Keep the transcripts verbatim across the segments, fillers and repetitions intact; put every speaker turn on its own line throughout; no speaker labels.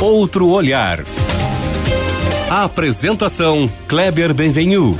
Outro Olhar. A apresentação, Kleber Benvenu.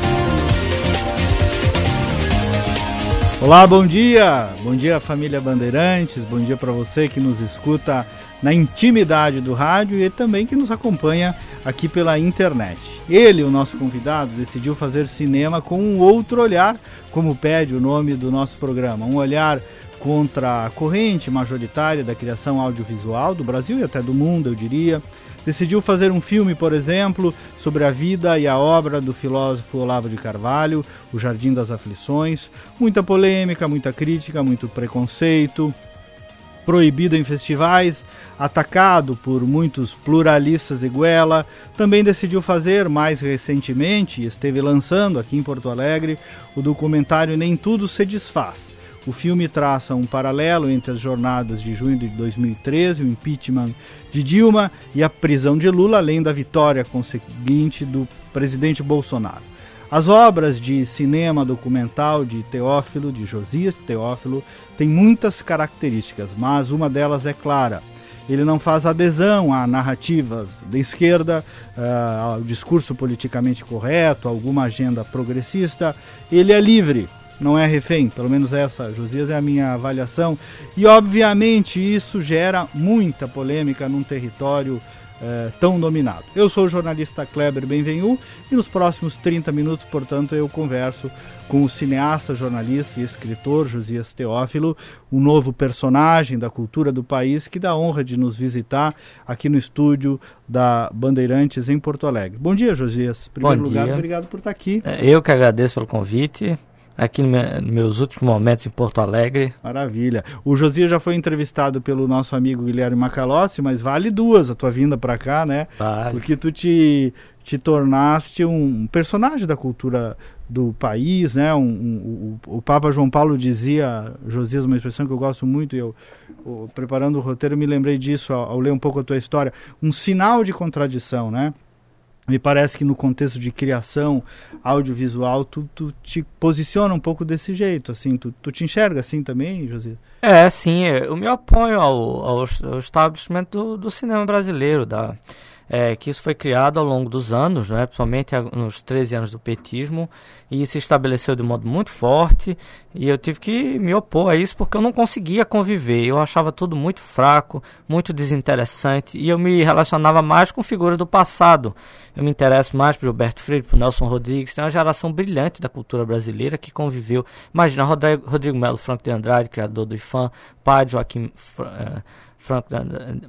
Olá, bom dia! Bom dia, família Bandeirantes, bom dia para você que nos escuta na intimidade do rádio e também que nos acompanha aqui pela internet. Ele, o nosso convidado, decidiu fazer cinema com um outro olhar, como pede o nome do nosso programa, um olhar contra a corrente majoritária da criação audiovisual do Brasil e até do mundo, eu diria. Decidiu fazer um filme, por exemplo, sobre a vida e a obra do filósofo Olavo de Carvalho, O Jardim das Aflições. Muita polêmica, muita crítica, muito preconceito, proibido em festivais, atacado por muitos pluralistas de goela. Também decidiu fazer, mais recentemente, esteve lançando aqui em Porto Alegre, o documentário Nem Tudo se Desfaz. O filme traça um paralelo entre as jornadas de junho de dois mil e treze, o impeachment de Dilma e a prisão de Lula, além da vitória conseguinte do presidente Bolsonaro. As obras de cinema documental de Teófilo, de Josias Teófilo, têm muitas características, mas uma delas é clara. Ele não faz adesão a narrativas de esquerda, uh, ao discurso politicamente correto, a alguma agenda progressista. Ele é livre. Não é refém, pelo menos essa, Josias, é a minha avaliação. E, obviamente, isso gera muita polêmica num território eh, tão dominado. Eu sou o jornalista Kleber Benvenu e nos próximos trinta minutos, portanto, eu converso com o cineasta, jornalista e escritor Josias Teófilo, um novo personagem da cultura do país que dá a honra de nos visitar aqui no estúdio da Bandeirantes em Porto Alegre. Bom dia, Josias. Em primeiro
Bom
lugar,
dia.
Obrigado por estar aqui.
Eu que agradeço pelo convite. Aqui nos meus últimos momentos em Porto Alegre.
Maravilha. O Josias já foi entrevistado pelo nosso amigo Guilherme Macalossi, mas vale duas a tua vinda para cá, né?
Vale.
Porque tu te, te tornaste um personagem da cultura do país, né? Um, um, o, o Papa João Paulo dizia, Josias, uma expressão que eu gosto muito, e eu, eu preparando o roteiro me lembrei disso ao, ao ler um pouco a tua história, um sinal de contradição, né? Me parece que no contexto de criação audiovisual, tu, tu te posiciona um pouco desse jeito, assim, tu, tu te enxerga assim também, José?
É, sim, eu me oponho ao, ao, ao estabelecimento do, do cinema brasileiro, da, é, que isso foi criado ao longo dos anos, né, principalmente nos treze anos do petismo, e se estabeleceu de modo muito forte, e eu tive que me opor a isso porque eu não conseguia conviver, eu achava tudo muito fraco, muito desinteressante, e eu me relacionava mais com figuras do passado. Eu me interesso mais por Gilberto Freire, por Nelson Rodrigues, tem uma geração brilhante da cultura brasileira que conviveu. Imagina, Rodrigo, Rodrigo Melo Franco de Andrade, criador do I F A M, pai de Joaquim uh, Franco de Andrade,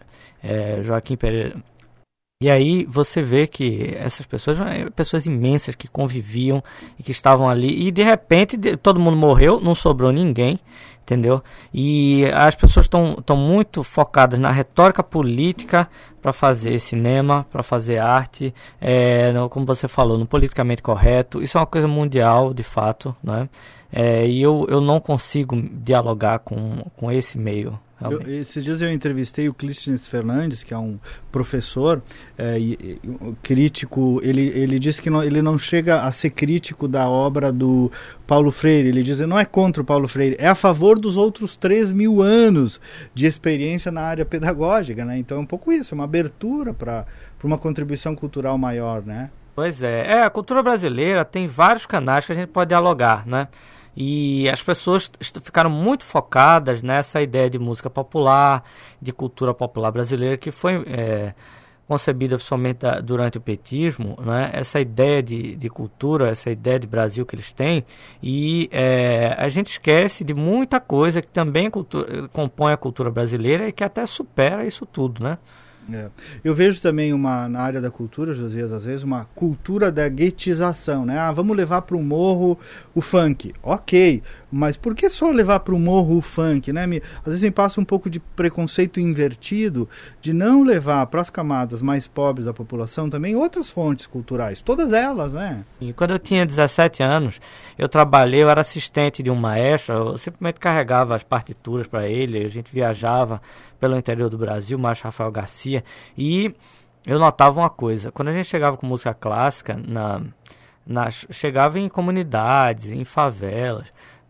uh, Joaquim Pereira. E aí você vê que essas pessoas eram pessoas imensas que conviviam e que estavam ali. E de repente de, todo mundo morreu, não sobrou ninguém, entendeu? E as pessoas estão muito focadas na retórica política para fazer cinema, para fazer arte, é, no, como você falou, no politicamente correto. Isso é uma coisa mundial, de fato, né? É, e eu, eu não consigo dialogar com, com esse meio.
Eu, esses dias eu entrevistei o Clístenes Fernandes, que é um professor é, e, e, crítico. Ele, ele disse que não, ele não chega a ser crítico da obra do Paulo Freire. Ele diz que não é contra o Paulo Freire, é a favor dos outros três mil anos de experiência na área pedagógica, né? Então é um pouco isso, é uma abertura para uma contribuição cultural maior, né?
Pois é. É, a cultura brasileira tem vários canais que a gente pode dialogar, né? E as pessoas ficaram muito focadas nessa ideia de música popular, de cultura popular brasileira, que foi é, concebida principalmente durante o petismo, né? Essa ideia de, de cultura, essa ideia de Brasil que eles têm, e é, a gente esquece de muita coisa que também cultura, compõe a cultura brasileira e que até supera isso tudo, né?
É. Eu vejo também uma, na área da cultura, Josias, às vezes, uma cultura da guetização, né? Ah, vamos levar para o morro o funk. Ok, mas por que só levar para o morro o funk, né? Me, às vezes me passa um pouco de preconceito invertido de não levar para as camadas mais pobres da população também outras fontes culturais, todas elas, né?
E quando eu tinha dezessete anos, eu trabalhei, eu era assistente de um maestro, eu simplesmente carregava as partituras para ele, a gente viajava pelo interior do Brasil, o maestro Rafael Garcia, e eu notava uma coisa, quando a gente chegava com música clássica, na, na, chegava em comunidades, em favelas,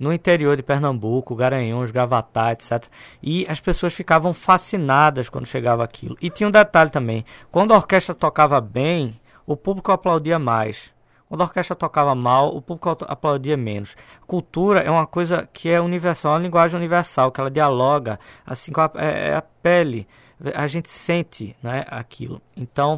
no interior de Pernambuco, Garanhuns, Gravatá, etcétera. E as pessoas ficavam fascinadas quando chegava aquilo. E tinha um detalhe também, quando a orquestra tocava bem, o público aplaudia mais. Quando a orquestra tocava mal, o público aplaudia menos. Cultura é uma coisa que é universal, é uma linguagem universal, que ela dialoga assim com a, é, a pele. A gente sente, né, aquilo. Então,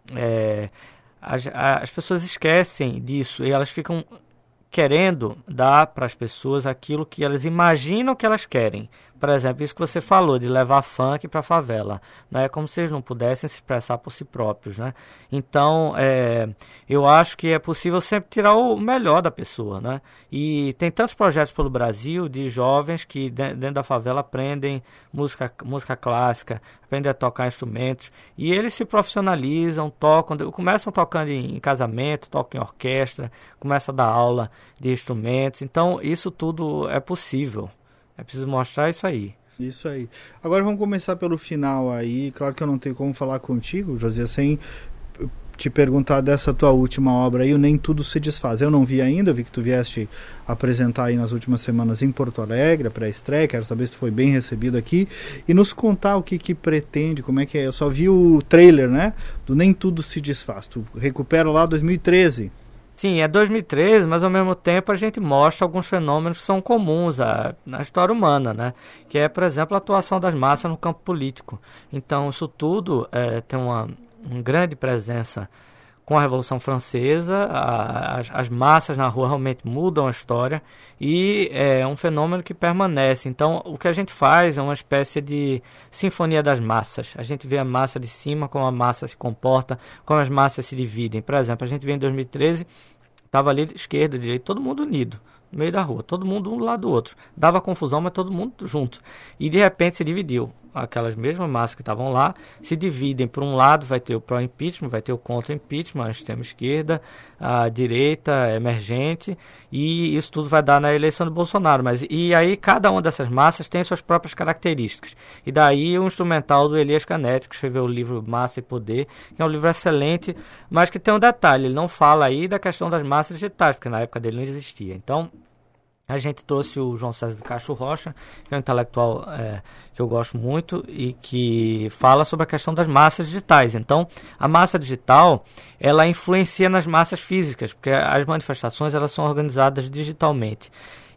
é, as, as pessoas esquecem disso e elas ficam querendo dar para as pessoas aquilo que elas imaginam que elas querem. Por exemplo, isso que você falou, de levar funk para a favela, né? É como se eles não pudessem se expressar por si próprios, né? Então, é, eu acho que é possível sempre tirar o melhor da pessoa, né? E tem tantos projetos pelo Brasil de jovens que dentro da favela aprendem música, música clássica, aprendem a tocar instrumentos, e eles se profissionalizam, tocam, começam tocando em, em casamento, tocam em orquestra, começam a dar aula de instrumentos. Então, isso tudo é possível. É preciso mostrar isso aí.
Isso aí. Agora vamos começar pelo final aí. Claro que eu não tenho como falar contigo, Josias, sem te perguntar dessa tua última obra aí, o Nem Tudo Se Desfaz. Eu não vi ainda, vi que tu vieste apresentar aí nas últimas semanas em Porto Alegre, a pré-estreia. Quero saber se tu foi bem recebido aqui. E nos contar o que que pretende, como é que é. Eu só vi o trailer, né, do Nem Tudo Se Desfaz. Tu recupera lá dois mil e treze.
Sim, é dois mil e treze, mas ao mesmo tempo a gente mostra alguns fenômenos que são comuns à, na história humana, né? Que é, por exemplo, a atuação das massas no campo político. Então, isso tudo é, tem uma, uma grande presença com a Revolução Francesa. A, as, as massas na rua realmente mudam a história e é um fenômeno que permanece. Então, o que a gente faz é uma espécie de sinfonia das massas. A gente vê a massa de cima, como a massa se comporta, como as massas se dividem. Por exemplo, a gente vê em dois mil e treze, estava ali esquerda, direita, todo mundo unido, no meio da rua, todo mundo um do lado do outro. Dava confusão, mas todo mundo junto. E de repente se dividiu. Aquelas mesmas massas que estavam lá se dividem. Por um lado vai ter o pró-impeachment, vai ter o contra-impeachment, a extrema-esquerda, a direita emergente, e isso tudo vai dar na eleição do Bolsonaro. Mas, e aí cada uma dessas massas tem suas próprias características. E daí o instrumental do Elias Canetti, que escreveu o livro Massa e Poder, que é um livro excelente, mas que tem um detalhe, ele não fala aí da questão das massas digitais, porque na época dele não existia. Então, a gente trouxe o João César de Castro Rocha, que é um intelectual é, que eu gosto muito e que fala sobre a questão das massas digitais. Então, a massa digital, ela influencia nas massas físicas, porque as manifestações elas são organizadas digitalmente.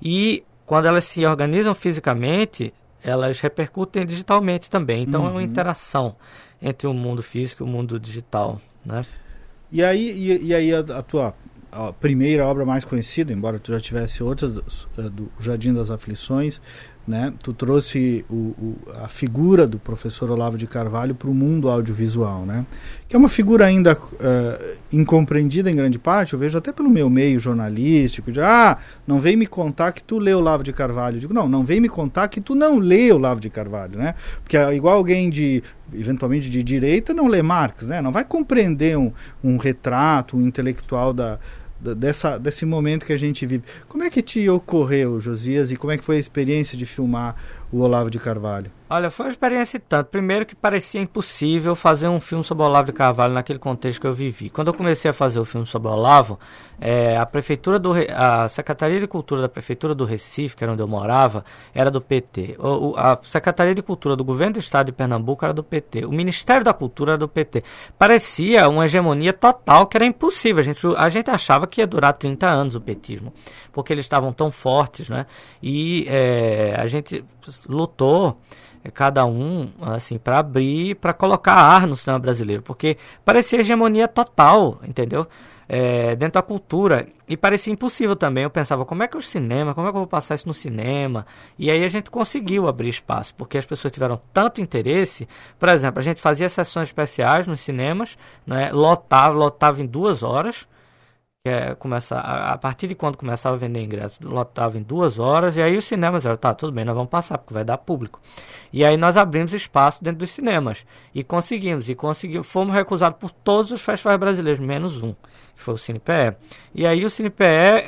E quando elas se organizam fisicamente, elas repercutem digitalmente também. Então, uhum. é uma interação entre o mundo físico e o mundo digital, né?
E aí, e, e aí a, a tua... a primeira obra mais conhecida, embora tu já tivesse outras, do Jardim das Aflições, né? Tu trouxe o, o, a figura do professor Olavo de Carvalho para o mundo audiovisual, né? Que é uma figura ainda uh, incompreendida em grande parte. Eu vejo até pelo meu meio jornalístico, de, ah, não vem me contar que tu lê Olavo de Carvalho. Eu digo, não, não vem me contar que tu não lê Olavo de Carvalho, né? Porque igual alguém de, eventualmente de direita, não lê Marx, né? Não vai compreender um, um retrato, um intelectual da Dessa, desse momento que a gente vive. Como é que te ocorreu, Josias, e como é que foi a experiência de filmar o Olavo de Carvalho?
Olha, foi uma experiência tanto. Primeiro que parecia impossível fazer um filme sobre o Olavo de Carvalho naquele contexto que eu vivi. Quando eu comecei a fazer o filme sobre o Olavo, é, a prefeitura do a Secretaria de Cultura da Prefeitura do Recife, que era onde eu morava, era do P T. O, o, a Secretaria de Cultura do Governo do Estado de Pernambuco era do P T. O Ministério da Cultura era do P T. Parecia uma hegemonia total, que era impossível. A gente, a gente achava que ia durar trinta anos o petismo, porque eles estavam tão fortes, né? E é, a gente lutou, cada um, assim, para abrir, para colocar ar no cinema brasileiro, porque parecia hegemonia total, entendeu? É, dentro da cultura, e parecia impossível também. Eu pensava, como é que é o cinema, como é que eu vou passar isso no cinema? E aí a gente conseguiu abrir espaço, porque as pessoas tiveram tanto interesse. Por exemplo, a gente fazia sessões especiais nos cinemas, né? lotava, lotava em duas horas, que é, começa, a, a partir de quando começava a vender ingressos, lotava em duas horas, e aí os cinemas disseram, tá, tudo bem, nós vamos passar, porque vai dar público. E aí nós abrimos espaço dentro dos cinemas, e conseguimos, e conseguimos, fomos recusados por todos os festivais brasileiros, menos um, que foi o Cine P E. E aí o Cine P E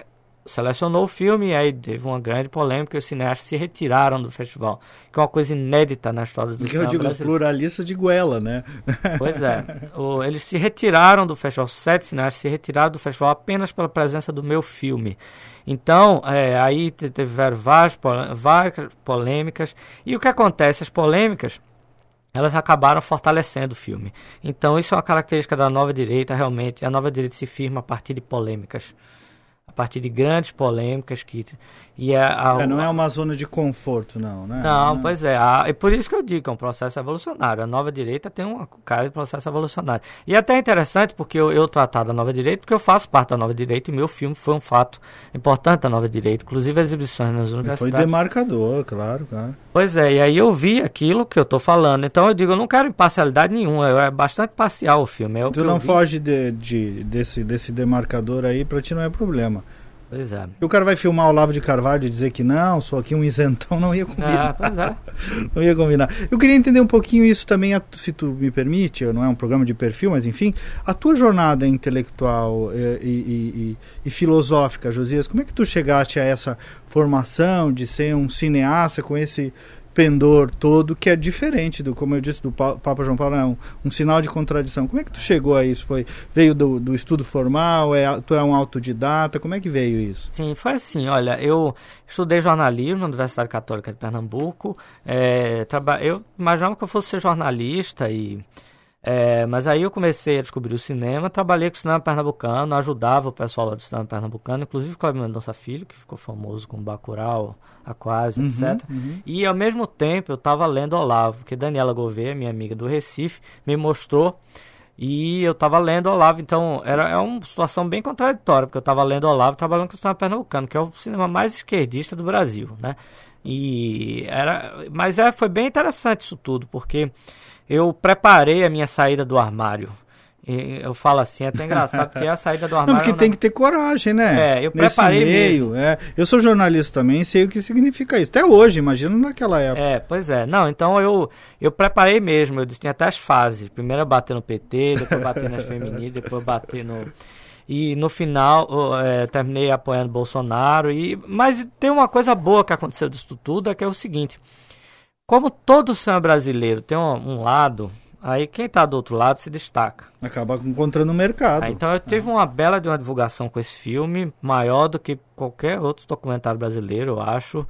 selecionou o filme e aí teve uma grande polêmica e os cineastas se retiraram do festival, que é uma coisa inédita na história do
Porque
cinema
eu digo os
brasileiro.
pluralistas de goela, né?
Pois é, o, eles se retiraram do festival, sete cineastas se retiraram do festival apenas pela presença do meu filme. Então, é, aí te- tiveram várias, pol- várias polêmicas, e o que acontece, as polêmicas, elas acabaram fortalecendo o filme. Então, isso é uma característica da nova direita, realmente. A nova direita se firma a partir de polêmicas. A partir de grandes polêmicas. Que, e é, a,
É, não é uma zona de conforto, não, né?
Não,
Não é-
pois é. A, e por isso que eu digo que é um processo evolucionário. A nova direita tem uma cara de processo evolucionário. E é até interessante porque eu, eu tratar da nova direita, porque eu faço parte da nova direita e meu filme foi um fato importante da nova direita. Inclusive as exibições nas
Foi
universidades.
demarcador, claro, claro.
Pois é, e aí eu vi aquilo que eu tô falando. Então eu digo, eu não quero imparcialidade nenhuma. É bastante parcial o filme. É o
Tu
que
não
eu vi.
foge de, de- desse, desse demarcador aí, pra ti não é problema.
Pois é.
E o cara vai filmar o Olavo de Carvalho e dizer que não, sou aqui um isentão, não ia combinar.
Ah, pois é.
Não ia combinar. Eu queria entender um pouquinho isso também, a- se tu me permite, não é um programa de perfil, mas enfim, a tua jornada intelectual eh, e, e- e- e filosófica, Josias, como é que tu chegaste a essa formação de ser um cineasta com esse pendor todo, que é diferente do, como eu disse, do Pa- Papa João Paulo, é um, um sinal de contradição. Como é que tu chegou a isso? Foi, veio do, do estudo formal? É, tu é um autodidata? Como é que veio isso?
Sim, foi assim, olha, eu estudei jornalismo na Universidade Católica de Pernambuco, é, traba- eu imaginava que eu fosse ser jornalista, e, é, mas aí eu comecei a descobrir o cinema, trabalhei com o cinema pernambucano, ajudava o pessoal lá do cinema pernambucano, inclusive o Cláudio Mendonça Filho, que ficou famoso com Bacurau, Aquários,
Uhum,
etcétera.
uhum.
E ao mesmo tempo eu estava lendo Olavo, porque Daniela Gouveia, minha amiga do Recife, me mostrou. E eu estava lendo Olavo, então era é uma situação bem contraditória, porque eu estava lendo Olavo trabalhando com o cinema pernambucano, que é o cinema mais esquerdista do Brasil, né? E era, mas é, foi bem interessante isso tudo, porque eu preparei a minha saída do armário. E eu falo assim, é até engraçado, porque a saída do armário...
Não, porque
é um
tem que ter coragem, né?
É, eu
Nesse
preparei
meio, é. Eu sou jornalista também, sei o que significa isso. Até hoje, imagino naquela época.
É, pois é. Não, então eu, eu preparei mesmo, eu disse, tinha até as fases. Primeiro eu bater no P T, depois bater nas femininas, depois bater no... E no final eu, é, terminei apoiando Bolsonaro. E... Mas tem uma coisa boa que aconteceu disso tudo, é que é o seguinte. Como todo cinema brasileiro tem um, um lado, aí quem está do outro lado se destaca.
Acaba encontrando o mercado.
Ah, então eu tive uma bela de uma divulgação com esse filme, maior do que qualquer outro documentário brasileiro, eu acho,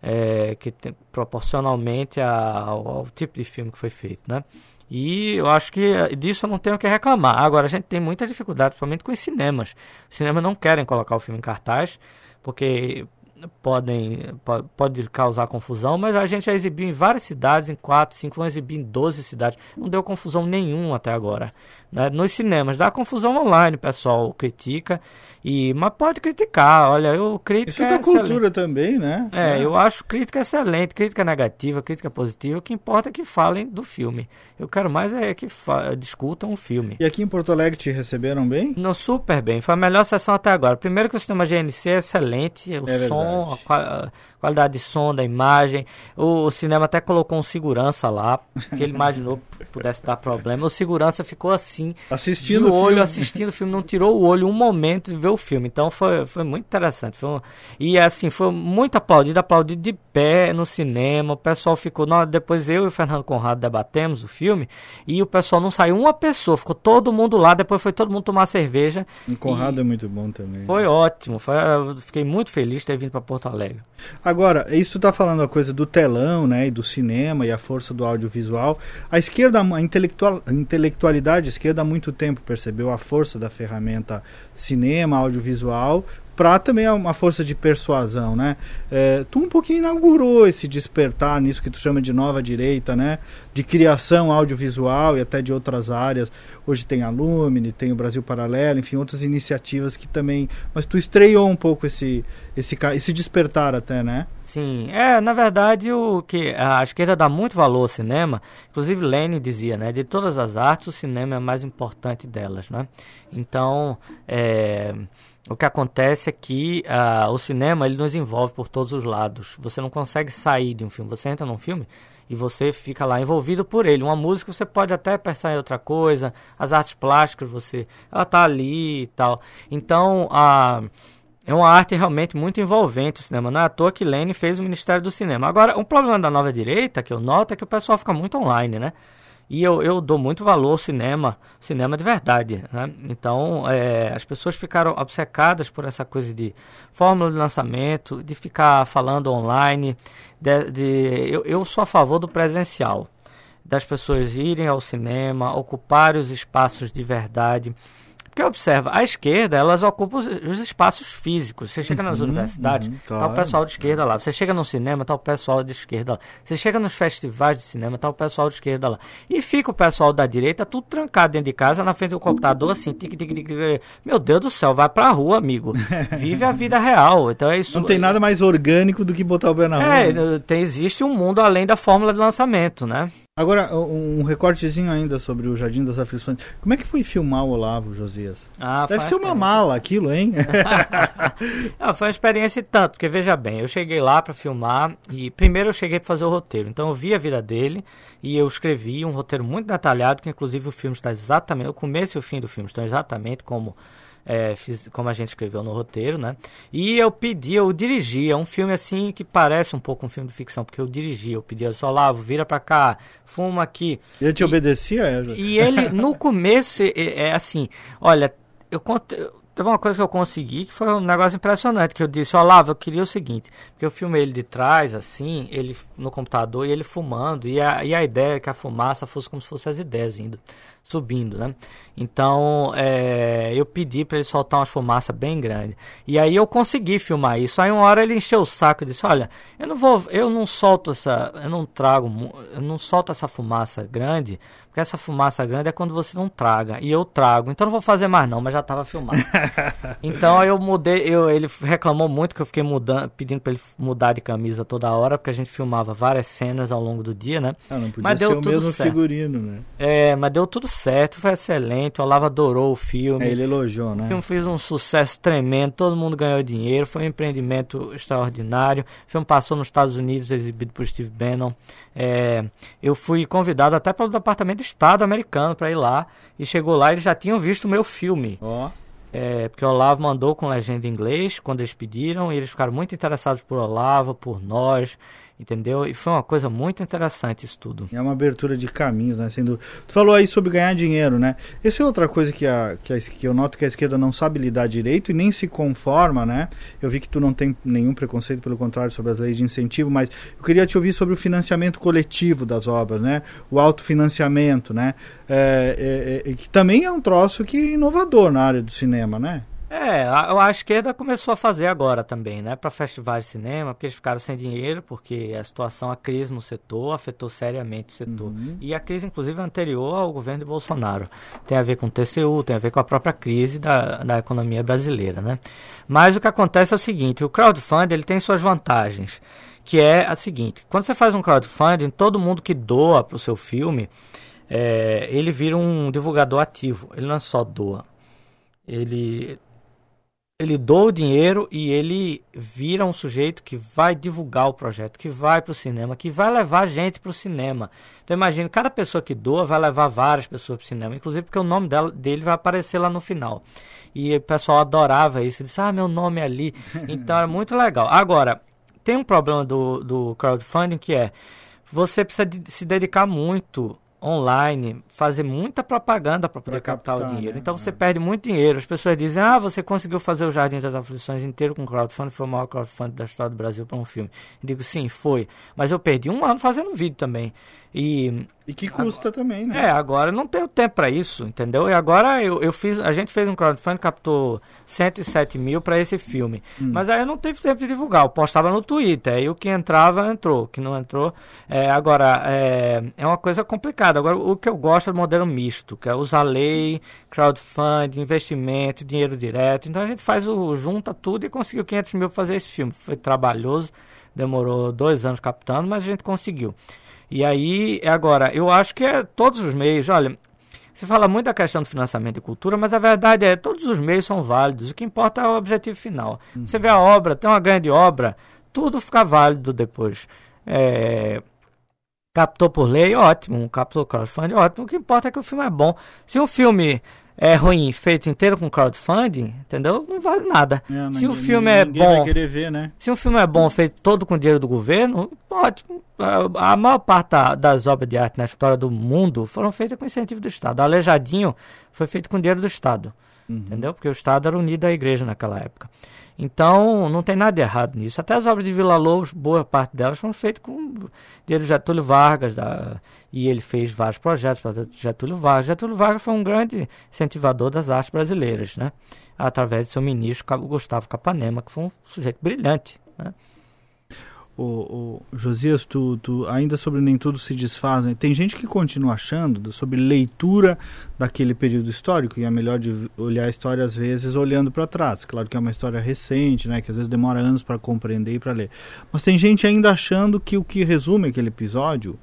é, que tem, proporcionalmente a- ao, ao tipo de filme que foi feito, né? E eu acho que eh, disso eu não tenho o que reclamar. Agora, a gente tem muita dificuldade, principalmente com os cinemas. Os cinemas não querem colocar o filme em cartaz, porque podem po- pode causar confusão, mas a gente já exibiu em várias cidades, em quatro, cinco, vamos exibir em doze cidades, não deu confusão nenhuma até agora, né? Nos cinemas dá confusão online, o pessoal critica, e mas pode criticar, olha, eu crítica
Isso é
é
da
excelente.
cultura também, né?
É, eu acho crítica excelente, crítica negativa, crítica positiva, o que importa é que falem do filme. Eu quero mais é que fa- discutam o filme.
E aqui em Porto Alegre te receberam bem?
Não, super bem. Foi a melhor sessão até agora. Primeiro que o cinema G N C é excelente. O
É
som,
verdade.
a, qua- a qualidade de som, da imagem. O, o cinema até colocou um segurança lá, que ele imaginou que pudesse dar problema. O segurança ficou assim,
Assistindo
de
o
olho,
filme.
assistindo o filme. Não tirou o olho um momento de ver o filme. Então foi, foi muito interessante. Foi um- e assim, foi muito aplaudido, aplaudido de pé no cinema. O pessoal ficou... Nós, depois eu e o Fernando Conrado debatemos o filme e o pessoal não saiu uma pessoa. Ficou todo mundo lá. Depois foi todo mundo tomar cerveja.
O Conrado é muito bom também.
Foi ótimo, foi, eu fiquei muito feliz de ter vindo para Porto Alegre.
Agora, isso tá falando a coisa do telão, né, e do cinema e a força do audiovisual. A esquerda, a, intelectual, a intelectualidade, a esquerda há muito tempo percebeu a força da ferramenta cinema, audiovisual, para também uma força de persuasão, né? É, tu um pouquinho inaugurou esse despertar nisso que tu chama de nova direita, né? De criação audiovisual e até de outras áreas. Hoje tem a Lumine, tem o Brasil Paralelo, enfim, outras iniciativas que também... Mas tu estreou um pouco esse, esse, ca- esse despertar até, né?
Sim, é, na verdade, o que a esquerda dá muito valor ao cinema, inclusive Lenin dizia, né, de todas as artes, o cinema é a mais importante delas, né? Então, é, o que acontece é que ah, o cinema, ele nos envolve por todos os lados. Você não consegue sair de um filme, você entra num filme e você fica lá envolvido por ele. Uma música você pode até pensar em outra coisa, as artes plásticas, você, ela tá ali e tal. Então, a... é uma arte realmente muito envolvente o cinema. Não é à toa que Lenin fez o Ministério do Cinema. Agora, um problema da nova direita, que eu noto, é que o pessoal fica muito online, né? E eu, eu dou muito valor ao cinema, cinema de verdade, né? Então, é, as pessoas ficaram obcecadas por essa coisa de fórmula de lançamento, de ficar falando online. De, de, eu, eu sou a favor do presencial, das pessoas irem ao cinema, ocuparem os espaços de verdade. Porque observa, a esquerda, elas ocupam os, os espaços físicos. Você chega nas uhum, universidades, uhum, claro, tá o pessoal de esquerda lá. Você chega no cinema, tá o pessoal de esquerda lá. Você chega nos festivais de cinema, tá o pessoal de esquerda lá. E fica o pessoal da direita tudo trancado dentro de casa, na frente do computador, assim, tic, tic, tic, tic. Meu Deus do céu, vai pra rua, amigo. Vive a vida real. Então é isso.
Não tem nada mais orgânico do que botar o pé na rua.
É, né? tem, existe um mundo além da fórmula de lançamento, né?
Agora, um recortezinho ainda sobre o Jardim das Aflições. Como é que foi filmar o Olavo, Josias?
Ah,
Deve ser uma mala aquilo, hein?
Não, foi uma experiência e tanto, porque veja bem, eu cheguei lá para filmar e primeiro eu cheguei para fazer o roteiro. Então eu vi a vida dele e eu escrevi um roteiro muito detalhado, que inclusive o filme está exatamente, o começo e o fim do filme estão exatamente como... É, fiz, como a gente escreveu no roteiro, né? E eu pedi, eu dirigi, é um filme assim que parece um pouco um filme de ficção, porque eu dirigi, eu pedi, Olavo, vira pra cá, fuma aqui.
Ele te e, obedecia? É?
E ele, no começo, é, é assim, olha, eu contei... Teve uma coisa que eu consegui que foi um negócio impressionante, que eu disse, Olavo, eu queria o seguinte, porque eu filmei ele de trás, assim, ele no computador e ele fumando, e a, e a ideia é que a fumaça fosse como se fossem as ideias indo, subindo, né? Então, é, eu pedi para ele soltar umas fumaças bem grandes. E aí eu consegui filmar isso. Aí uma hora ele encheu o saco e disse, olha, eu não vou, eu não solto essa, eu não trago, eu não solto essa fumaça grande, porque essa fumaça grande é quando você não traga, e eu trago, então não vou fazer mais não, mas já estava filmado. Então eu mudei, eu, ele reclamou muito que eu fiquei mudando, pedindo para ele mudar de camisa toda hora, porque a gente filmava várias cenas ao longo do dia, né?
Ah, não podia
mas
ser
deu
o
tudo
mesmo
certo.
Figurino, né?
É, mas deu tudo certo, foi excelente, o Olavo adorou o filme.
É, ele elogiou, né?
O filme fez um sucesso tremendo, todo mundo ganhou dinheiro, foi um empreendimento extraordinário. O filme passou nos Estados Unidos, exibido por Steve Bannon. É, eu fui convidado até pelo Departamento de Estado americano para ir lá, e chegou lá e eles já tinham visto o meu filme.
Ó. Oh.
É, porque o Olavo mandou com legenda em inglês quando eles pediram, e eles ficaram muito interessados por Olavo, por nós, entendeu? E foi uma coisa muito interessante isso tudo.
É uma abertura de caminhos, né? Sendo... Tu falou aí sobre ganhar dinheiro, né? Essa é outra coisa que, a, que, a, que eu noto que a esquerda não sabe lidar direito e nem se conforma, né? Eu vi que tu não tem nenhum preconceito, pelo contrário, sobre as leis de incentivo, mas eu queria te ouvir sobre o financiamento coletivo das obras, né? O autofinanciamento, né? É, é, é, que também é um troço que é inovador na área do cinema, né?
É, a, a esquerda começou a fazer agora também, né, para festivais de cinema, porque eles ficaram sem dinheiro, porque a situação, a crise no setor afetou seriamente o setor. Uhum. E a crise, inclusive, anterior ao governo de Bolsonaro. Tem a ver com o T C U, tem a ver com a própria crise da, da economia brasileira, né. Mas o que acontece é o seguinte, o crowdfunding, ele tem suas vantagens, que é a seguinte, quando você faz um crowdfunding, todo mundo que doa para o seu filme, é, ele vira um divulgador ativo, ele não é só doa, ele... Ele doa o dinheiro e ele vira um sujeito que vai divulgar o projeto, que vai para o cinema, que vai levar gente para o cinema. Então imagina, cada pessoa que doa vai levar várias pessoas para o cinema, inclusive porque o nome dela, dele vai aparecer lá no final. E o pessoal adorava isso, ele disse, ah, meu nome é ali. Então é muito legal. Agora, tem um problema do, do crowdfunding que é, você precisa de, se dedicar muito online, fazer muita propaganda para poder captar, captar o dinheiro. Né? Então você é. perde muito dinheiro. As pessoas dizem, ah, você conseguiu fazer o Jardim das Aflições inteiro com crowdfunding, foi o maior crowdfunding da história do Brasil para um filme. Eu digo, sim, foi. Mas eu perdi um ano fazendo vídeo também. E,
e que custa agora, também, né?
É, agora eu não tenho tempo para isso, entendeu? E agora eu, eu fiz, a gente fez um crowdfunding, captou cento e sete mil para esse filme. Hum. Mas aí eu não tive tempo de divulgar, eu postava no Twitter, aí o que entrava, entrou, o que não entrou. É, agora, é, é uma coisa complicada. Agora, o que eu gosto é do modelo misto, que é usar lei, crowdfunding, investimento, dinheiro direto. Então a gente faz o, junta tudo e conseguiu quinhentos mil para fazer esse filme. Foi trabalhoso, demorou dois anos captando, mas a gente conseguiu. E aí, agora, eu acho que é todos os meios, olha, se fala muito da questão do financiamento de cultura, mas a verdade é, todos os meios são válidos, o que importa é o objetivo final. Uhum. Você vê a obra, tem uma grande obra, tudo fica válido depois. É, captou por lei, ótimo, captou crowdfunding, ótimo, o que importa é que o filme é bom. Se um filme é ruim, feito inteiro com crowdfunding, entendeu? Não vale nada.
É,
se o
ninguém,
filme é
ninguém
bom,
vai querer ver, né?
Se um filme é bom, feito todo com dinheiro do governo, ótimo. A, a maior parte da, das obras de arte na história do mundo foram feitas com incentivo do Estado. Aleijadinho foi feito com dinheiro do Estado, uhum. entendeu? Porque o Estado era unido à igreja naquela época. Então, não tem nada de errado nisso. Até as obras de Villa-Lobos, boa parte delas foram feitas com dinheiro de Getúlio Vargas, da, e ele fez vários projetos para Getúlio Vargas. Getúlio Vargas foi um grande incentivador das artes brasileiras, né? Através de seu ministro Gustavo Capanema, que foi um sujeito brilhante, né?
O, o Josias, tu, tu, ainda sobre Nem Tudo Se Desfazem, tem gente que continua achando sobre leitura daquele período histórico, e é melhor de olhar a história às vezes olhando para trás. Claro que é uma história recente, né, que às vezes demora anos para compreender e para ler. Mas tem gente ainda achando que o que resume aquele episódio,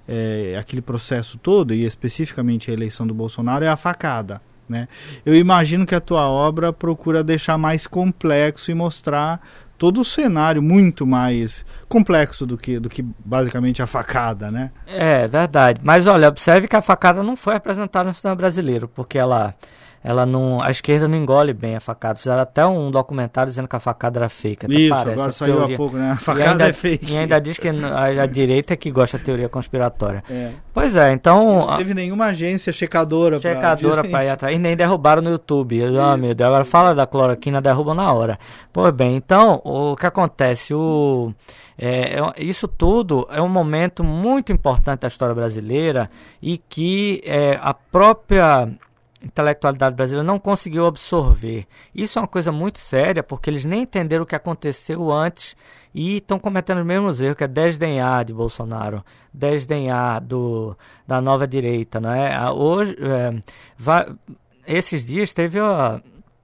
é, aquele processo todo, e especificamente a eleição do Bolsonaro, é a facada, né? Eu imagino que a tua obra procura deixar mais complexo e mostrar todo o cenário muito mais complexo do que, do que basicamente a facada, né?
É, verdade. Mas olha, observe que a facada não foi apresentada no cinema brasileiro, porque ela, ela não, a esquerda não engole bem a facada. Fizeram até um documentário dizendo que a facada era fake. Até
Isso,
parece,
agora
a
saiu
teoria.
há pouco, né? A facada
ainda,
é fake.
E ainda diz que a, a direita é que gosta da teoria conspiratória.
É.
Pois é, então...
Não teve nenhuma agência checadora para
Checadora para ir atrás. E nem derrubaram no YouTube. Ah, meu Deus, agora fala da cloroquina, derruba na hora. Pois bem, então, o que acontece? O, é, isso tudo é um momento muito importante da história brasileira e que é, a própria intelectualidade brasileira não conseguiu absorver. Isso é uma coisa muito séria, porque eles nem entenderam o que aconteceu antes e estão cometendo os mesmos erros, que é desdenhar de Bolsonaro, desdenhar do, da nova direita, não é? Hoje, é, vai, esses dias teve a,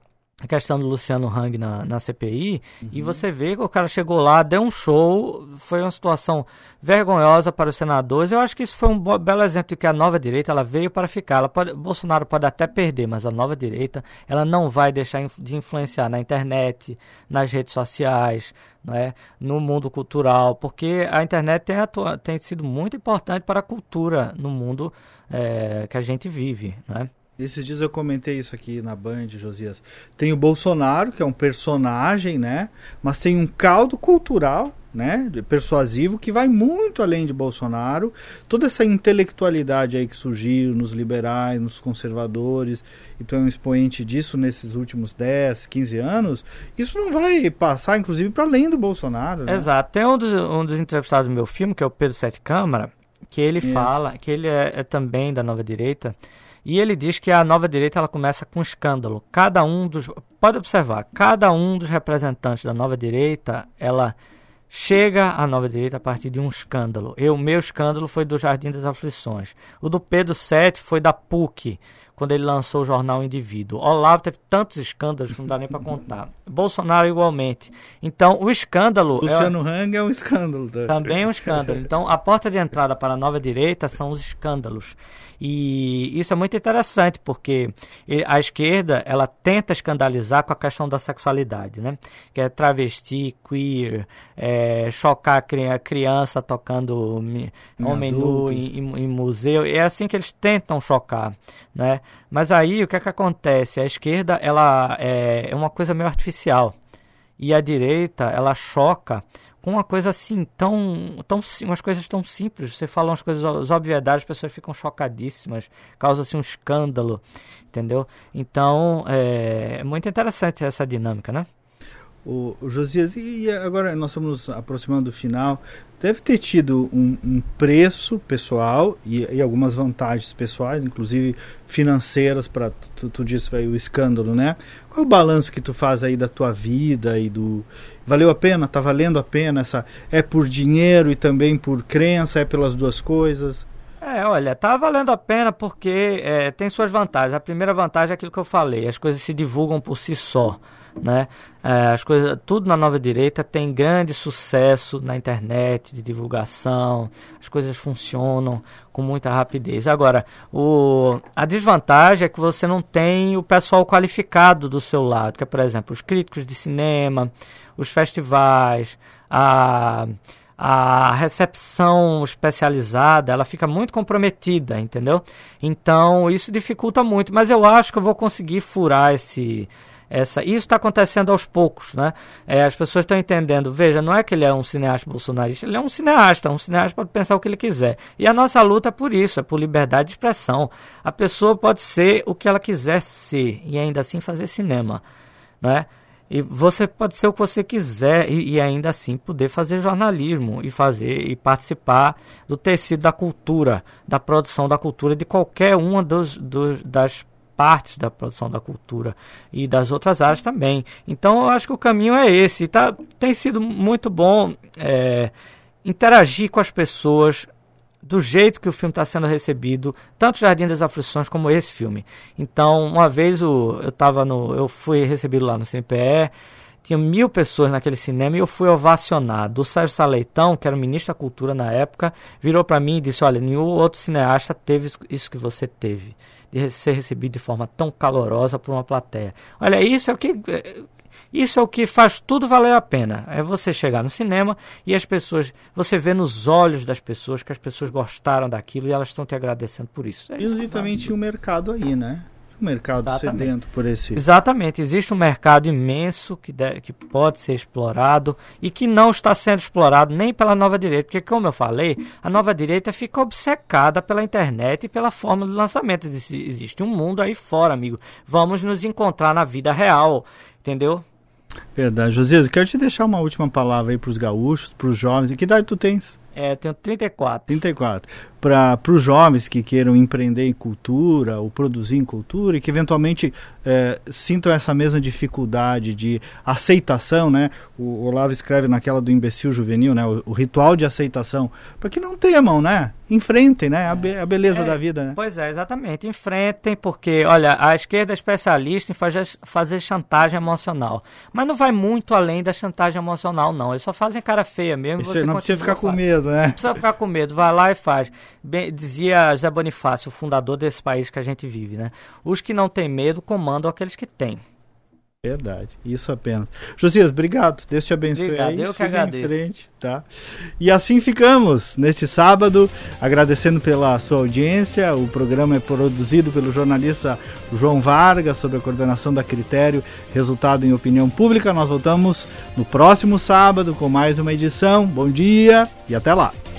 a questão do Luciano Hang na, na C P I, uhum. e você vê que o cara chegou lá, deu um show, foi uma situação vergonhosa para os senadores. Eu acho que isso foi um bo- belo exemplo de que a nova direita ela veio para ficar. Ela pode, Bolsonaro pode até perder, mas a nova direita ela não vai deixar inf- de influenciar na internet, nas redes sociais, não é? No mundo cultural, porque a internet tem, atua- tem sido muito importante para a cultura no mundo é, que a gente vive, não é?
Esses dias eu comentei isso aqui na Band, Josias. Tem o Bolsonaro, que é um personagem, né? Mas tem um caldo cultural, né? Persuasivo, que vai muito além de Bolsonaro. Toda essa intelectualidade aí que surgiu nos liberais, nos conservadores, e tu é um expoente disso nesses últimos dez, quinze anos, isso não vai passar, inclusive, para além do Bolsonaro, né?
Exato. Tem um dos, um dos entrevistados do meu filme, que é o Pedro Sete Câmara, que ele isso. fala, que ele é, é também da nova direita. E ele diz que a nova direita ela começa com escândalo. Cada um dos... Pode observar, cada um dos representantes da nova direita, ela chega à nova direita a partir de um escândalo. O meu escândalo foi do Jardim das Aflições. O do Pedro Sete foi da P U C, quando ele lançou o jornal Indivíduo. Olavo teve tantos escândalos que não dá nem para contar. Bolsonaro igualmente. Então, o escândalo...
Luciano é... Hang é um escândalo. Tá?
Também é um escândalo. Então, a porta de entrada para a nova direita são os escândalos. E isso é muito interessante, porque a esquerda, ela tenta escandalizar com a questão da sexualidade, né? Que é travesti, queer, é, chocar a criança tocando em homem nu em, em, em museu. É assim que eles tentam chocar, né? Mas aí, o que é que acontece? A esquerda, ela é, é uma coisa meio artificial. E a direita, ela choca com uma coisa assim, tão, tão, umas coisas tão simples. Você fala umas coisas, obviedades, as pessoas ficam chocadíssimas, causa-se um escândalo, entendeu? Então, é, é muito interessante essa dinâmica, né?
O, o Josias, e agora nós estamos nos aproximando do final, deve ter tido um, um preço pessoal e, e algumas vantagens pessoais, inclusive financeiras, para tu, tu disse aí o escândalo, né? Qual é o balanço que tu faz aí da tua vida e do... Valeu a pena? Tá valendo a pena? Essa, é por dinheiro e também por crença? É pelas duas coisas?
É, olha, tá valendo a pena porque é, tem suas vantagens. A primeira vantagem é aquilo que eu falei, as coisas se divulgam por si só, né? É, as coisas, tudo na nova direita tem grande sucesso na internet de divulgação, as coisas funcionam com muita rapidez. Agora, o, a desvantagem é que você não tem o pessoal qualificado do seu lado, que é, por exemplo, os críticos de cinema, os festivais, a... a recepção especializada, ela fica muito comprometida, entendeu? Então, isso dificulta muito, mas eu acho que eu vou conseguir furar esse... Essa, isso está acontecendo aos poucos, né? É, as pessoas estão entendendo, veja, não é que ele é um cineasta bolsonarista, ele é um cineasta, um cineasta pode pensar o que ele quiser. E a nossa luta é por isso, é por liberdade de expressão. A pessoa pode ser o que ela quiser ser e ainda assim fazer cinema, né? E você pode ser o que você quiser e, e ainda assim poder fazer jornalismo e fazer e participar do tecido da cultura, da produção da cultura, de qualquer uma dos, dos, das partes da produção da cultura e das outras áreas também. Então eu acho que o caminho é esse. Tá, tem sido muito bom é, interagir com as pessoas do jeito que o filme está sendo recebido, tanto Jardim das Aflições como esse filme. Então, uma vez o, eu, tava no, eu fui recebido lá no C N P E, tinha mil pessoas naquele cinema e eu fui ovacionado. O Sérgio Saleitão, que era o ministro da Cultura na época, virou para mim e disse, olha, nenhum outro cineasta teve isso que você teve, de ser recebido de forma tão calorosa por uma plateia. Olha, isso é o que... Isso é o que faz tudo valer a pena. É você chegar no cinema e as pessoas... Você vê nos olhos das pessoas que as pessoas gostaram daquilo e elas estão te agradecendo por isso. É isso
e também tinha um mercado aí, né? Um mercado Exatamente. sedento por esse...
Exatamente. Existe um mercado imenso que, deve, que pode ser explorado e que não está sendo explorado nem pela nova direita. Porque, como eu falei, a nova direita fica obcecada pela internet e pela forma de lançamento. Existe um mundo aí fora, amigo. Vamos nos encontrar na vida real, entendeu?
Verdade. Josias, quero te deixar uma última palavra aí para os gaúchos, para os jovens. Que idade tu tens?
É, eu tenho trinta e quatro.
trinta e quatro. Para os jovens que queiram empreender em cultura ou produzir em cultura e que eventualmente é, sintam essa mesma dificuldade de aceitação, né? O Olavo escreve naquela do imbecil juvenil, né? O, o ritual de aceitação. Para que não temam, né? Enfrentem, né? A, be a beleza
é,
da vida, né?
Pois é, exatamente. Enfrentem, porque, olha, a esquerda é especialista em fazer, fazer chantagem emocional. Mas não vai muito além da chantagem emocional, não. Eles só fazem cara feia mesmo.
Você não precisa ficar com
faz.
medo, né?
Não precisa ficar com medo. Vai lá e faz. Bem, dizia José Bonifácio, o fundador desse país que a gente vive, né? Os que não têm medo comandam aqueles que têm.
Verdade, isso apenas. Josias, obrigado, Deus te abençoe.
Obrigado,
aí,
eu que agradeço.
Em frente, tá? E assim ficamos neste sábado, agradecendo pela sua audiência. O programa é produzido pelo jornalista João Vargas, sob a coordenação da Critério, resultado em opinião pública. Nós voltamos no próximo sábado com mais uma edição. Bom dia e até lá.